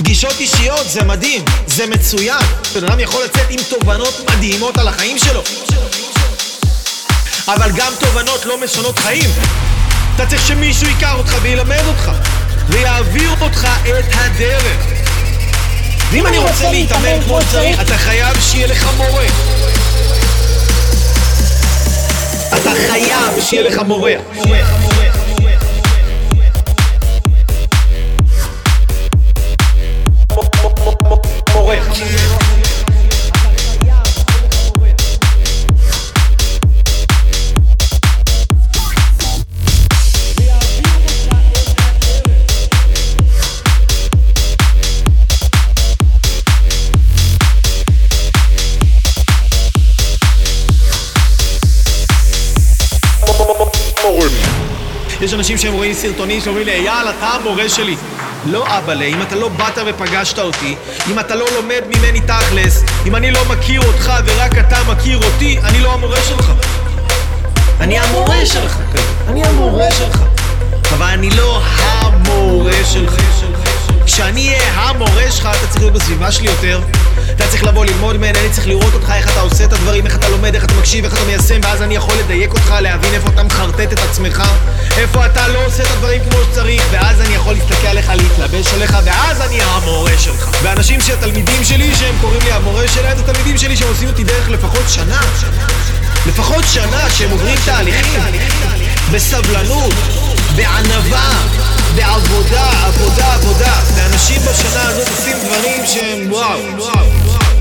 פגישות אישיות זה מדהים, זה מצוין. בן אדם יכול לצאת עם תובנות מדהימות על החיים שלו, אבל גם תובנות לא משנות חיים. אתה צריך שמישהו ייקח אותך וילמד אותך ויעביר אותך את הדרך. ואם אני רוצה להתאמן כמו שצריך, אתה חייב שיהיה לך מורה. אתה חייב שיהיה לך מורה. יש אנשים שהם רואים סרטונים שאומרים לי, אייל, אתה המורה שלי. לא אבאלה, אם אתה לא באת ופגשת אותי, אם אתה לא לומד ממני תכלס, אם אני לא מכיר אותך ורק אתה מכיר אותי, אני לא המורה שלך. אני המורה שלך, אני המורה שלך, אבל אני לא המורה שלך. כשאני אהיה המורה שלך, אתה צריך להיות בסביבה שלי יותר. אתה צריך לבוא ללמוד ממני, אני צריך לראות אותך, איך אתה עושה את הדברים, איך אתה לומד, איך אתה מקשיב, איך אתה מיישם, ואז אני יכול לדייק אותך, להבין איפה אתה מחרטט את עצמך, איפה אתה לא עושה את הדברים כמו שצריך, ואז אני יכול להסתכל עליך, להתלבש עליך, ואז אני המורה שלך. ואנשים שהתלמידים שלי, שהם קוראים לי המורה שלהם, זה תלמידים שלי שהם עושים אותי דרך לפחות שנה. לפחות שנה שהם עוברים תהליכים בסבלנות, בענווה, בעבודה, עבודה. ואנשים בשנה הזאת עושים דברים שהם וואו.